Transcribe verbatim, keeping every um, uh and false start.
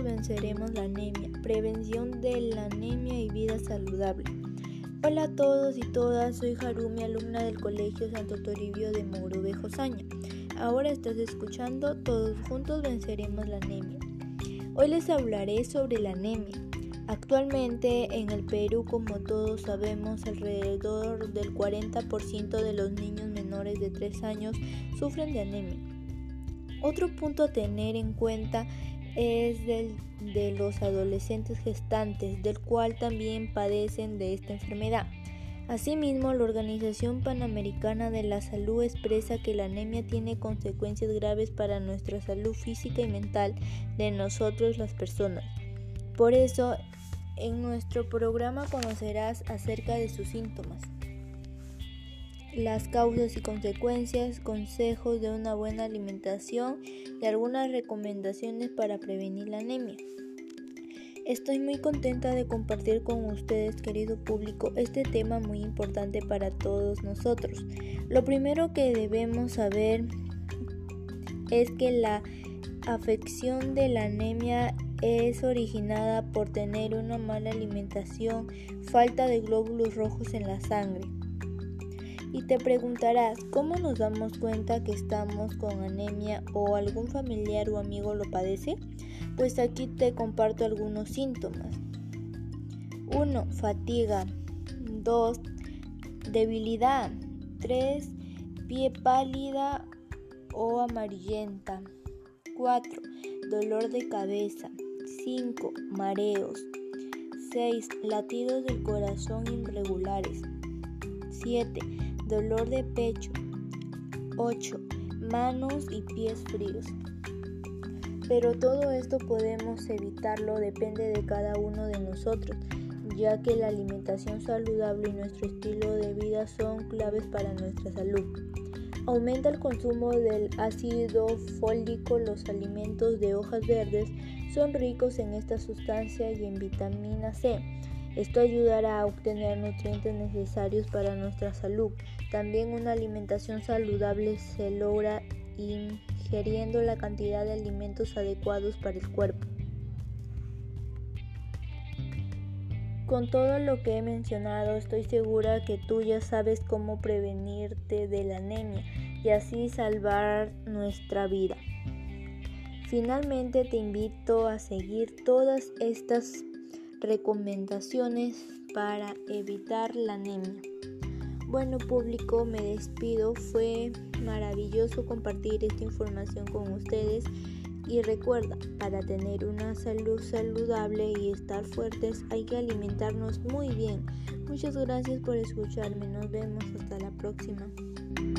venceremos la anemia, prevención de la anemia y vida saludable. Hola a todos y todas, soy Harumi, alumna del Colegio Santo Toribio de Mogrovejo, Osaña. Ahora estás escuchando Todos juntos venceremos la anemia. Hoy les hablaré sobre la anemia. Actualmente en el Perú, como todos sabemos, alrededor del cuarenta por ciento de los niños menores de tres años sufren de anemia. Otro punto a tener en cuenta es del de los adolescentes gestantes, del cual también padecen de esta enfermedad. Asimismo, la Organización Panamericana de la Salud expresa que la anemia tiene consecuencias graves para nuestra salud física y mental de nosotros las personas. Por eso, en nuestro programa conocerás acerca de sus síntomas, las causas y consecuencias, consejos de una buena alimentación y algunas recomendaciones para prevenir la anemia. Estoy muy contenta de compartir con ustedes, querido público, este tema muy importante para todos nosotros. Lo primero que debemos saber es que la afección de la anemia es originada por tener una mala alimentación, falta de glóbulos rojos en la sangre. Y te preguntarás, ¿cómo nos damos cuenta que estamos con anemia o algún familiar o amigo lo padece? Pues aquí te comparto algunos síntomas. uno. Fatiga. dos. Debilidad. tres. Piel pálida o amarillenta. cuatro. Dolor de cabeza. cinco. Mareos. seis. Latidos del corazón irregulares. siete. Dolor de pecho. ocho. Manos y pies fríos. Pero todo esto podemos evitarlo, depende de cada uno de nosotros, ya que la alimentación saludable y nuestro estilo de vida son claves para nuestra salud. Aumenta el consumo del ácido fólico. Los alimentos de hojas verdes son ricos en esta sustancia y en vitamina C. Esto ayudará a obtener nutrientes necesarios para nuestra salud. También una alimentación saludable se logra ingiriendo la cantidad de alimentos adecuados para el cuerpo. Con todo lo que he mencionado, estoy segura que tú ya sabes cómo prevenirte de la anemia y así salvar nuestra vida. Finalmente te invito a seguir todas estas recomendaciones para evitar la anemia. Bueno, público, me despido. Fue maravilloso compartir esta información con ustedes y recuerda, para tener una salud saludable y estar fuertes hay que alimentarnos muy bien. Muchas gracias por escucharme. Nos vemos hasta la próxima.